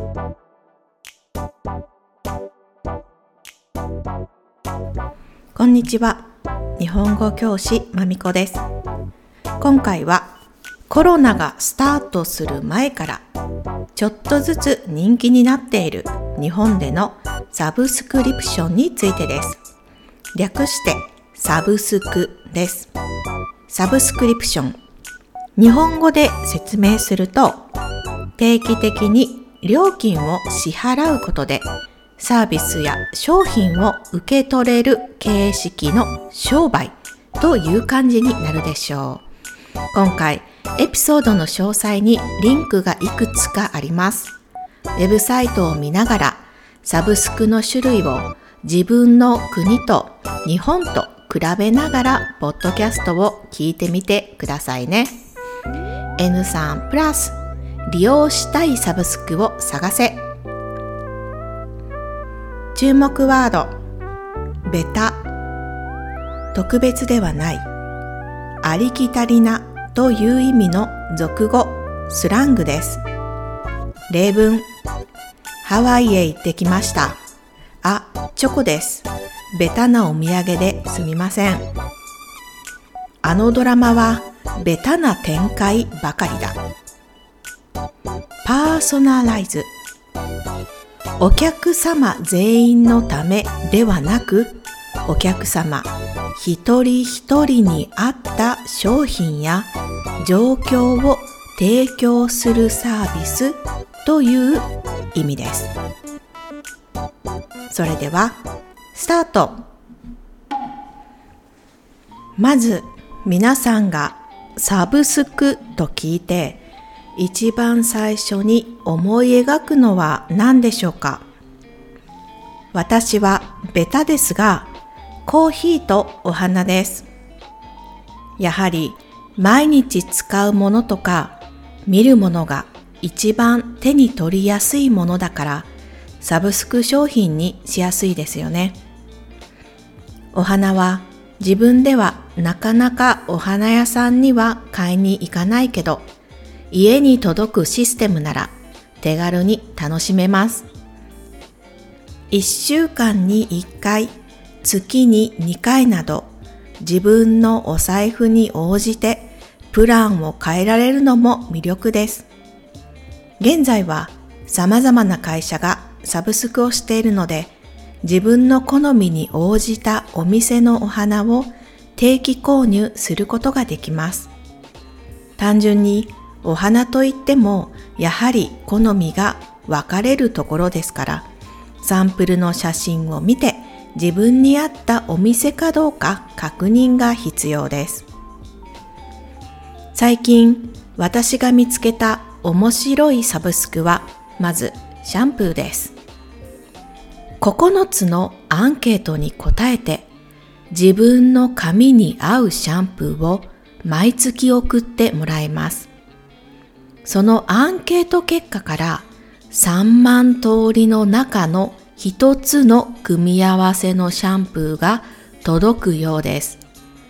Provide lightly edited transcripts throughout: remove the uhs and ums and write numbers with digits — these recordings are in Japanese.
こんにちは。日本語教師まみこです。今回はコロナがスタートする前からちょっとずつ人気になっている日本でのサブスクリプションについてです。略してサブスクです。サブスクリプション。日本語で説明すると、定期的に料金を支払うことでサービスや商品を受け取れる形式の商売という感じになるでしょう。今回エピソードの詳細にリンクがいくつかあります。ウェブサイトを見ながらサブスクの種類を自分の国と日本と比べながらポッドキャストを聞いてみてくださいね。N3 プラス利用したいサブスクを探せ。注目ワード、ベタ、特別ではない、ありきたりなという意味の俗語、スラングです。例文、ハワイへ行ってきました。あ、チョコです。ベタなお土産ですみません。あのドラマはベタな展開ばかりだ。パーソナライズ。お客様全員のためではなく、お客様一人一人に合った商品や状況を提供するサービスという意味です。それではスタート。まず皆さんがサブスクと聞いて一番最初に思い描くのは何でしょうか？私はベタですが、コーヒーとお花です。やはり毎日使うものとか見るものが一番手に取りやすいものだからサブスク商品にしやすいですよね。お花は自分ではなかなかお花屋さんには買いに行かないけど、家に届くシステムなら手軽に楽しめます。1週間に1回、月に2回など、自分のお財布に応じてプランを変えられるのも魅力です。現在は様々な会社がサブスクをしているので、自分の好みに応じたお店のお花を定期購入することができます。単純にお花といってもやはり好みが分かれるところですから、サンプルの写真を見て自分に合ったお店かどうか確認が必要です。最近私が見つけた面白いサブスクはまずシャンプーです。9つのアンケートに答えて自分の髪に合うシャンプーを毎月送ってもらえます。そのアンケート結果から3万通りの中の一つの組み合わせのシャンプーが届くようです。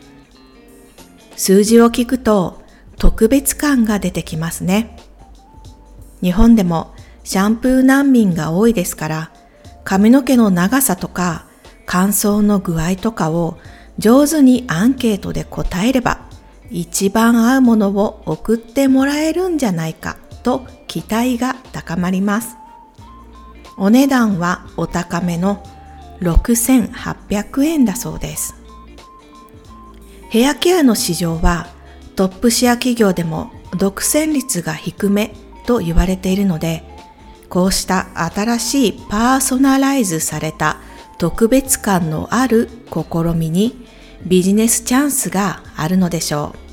数字を聞くと特別感が出てきますね。日本でもシャンプー難民が多いですから、髪の毛の長さとか乾燥の具合とかを上手にアンケートで答えれば、一番合うものを送ってもらえるんじゃないかと期待が高まります。お値段はお高めの6800円だそうです。ヘアケアの市場はトップシェア企業でも独占率が低めと言われているので、こうした新しいパーソナライズされた特別感のある試みにビジネスチャンスがあるのでしょう。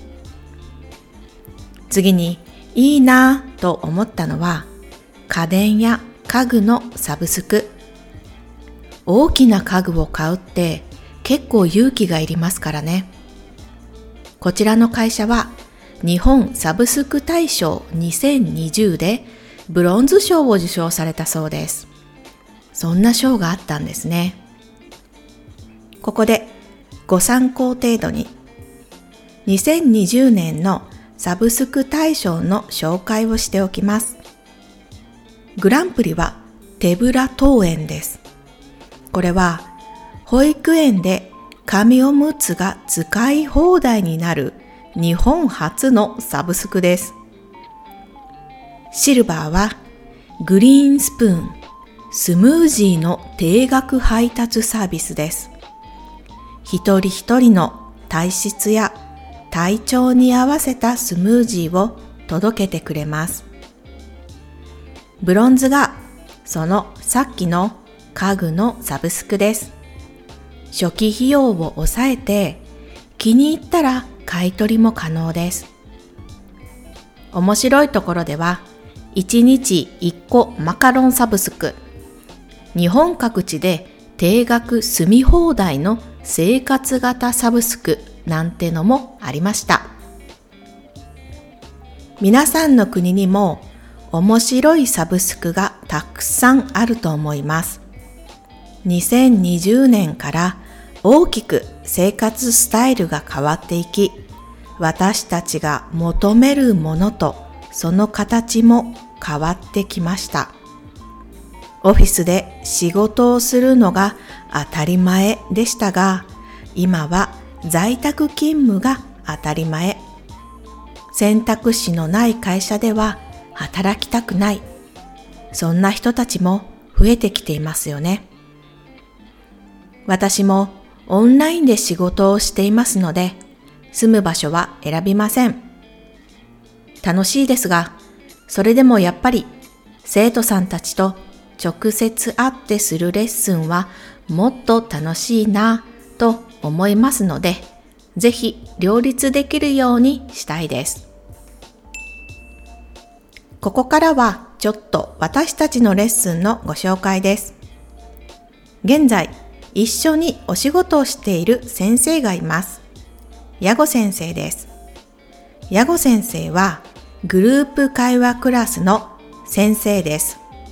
次にいいなぁと思ったのは家電や家具のサブスク。大きな家具を買うって結構勇気がいりますからね。こちらの会社は日本サブスク大賞2020でブロンズ賞を受賞されたそうです。そんな賞があったんですね。ここでご参考程度に2020年のサブスク大賞の紹介をしておきます。 グランプリは手ぶら登園です。これは保育園で紙おむつが使い放題になる日本初のサブスクです。シルバーはグリーンスプーン、スムージーの定額配達サービスです。一人一人の体質や体調に合わせたスムージーを届けてくれます。ブロンズがそのさっきの家具のサブスクです。初期費用を抑えて気に入ったら買い取りも可能です。面白いところでは1日1個マカロンサブスク、日本各地で定額住み放題の生活型サブスクなんてのもありました。皆さんの国にも面白いサブスクがたくさんあると思います。2020年から大きく生活スタイルが変わっていき、私たちが求めるものとその形も変わってきました。オフィスで仕事をするのが当たり前でしたが、今は在宅勤務が当たり前。選択肢のない会社では働きたくない。そんな人たちも増えてきていますよね。私もオンラインで仕事をしていますので、住む場所は選びません。楽しいですが、それでもやっぱり生徒さんたちと直接会ってするレッスンはもっと楽しいなと思いますので、ぜひ両立できるようにしたいです。ここからはちょっと私たちのレッスンのご紹介です。現在一緒にお仕事をしている先生がいます。矢後先生です。矢後先生はグループ会話クラスの先生です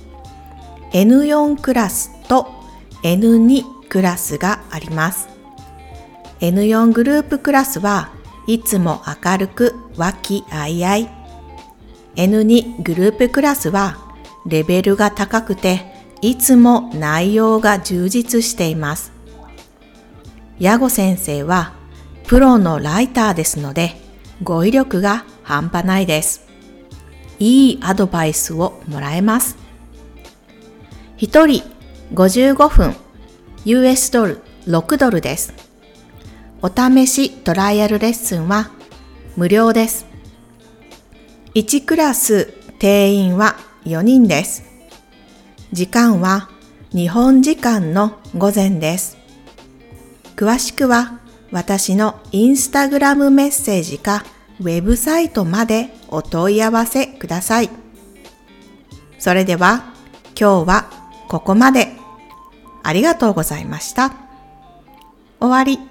。N4 クラスと N2 クラスがあります。N4 グループクラスはいつも明るく和気あいあい。N2 グループクラスはレベルが高くていつも内容が充実しています。矢後先生はプロのライターですので語彙力が半端ないです。いいアドバイスをもらえます。一人55分 US ドル6ドルです。お試しトライアルレッスンは無料です。1クラス定員は4人です。時間は日本時間の午前です。詳しくは私のインスタグラムメッセージかウェブサイトまでお問い合わせください。それでは今日はここまで。ありがとうございました。終わり。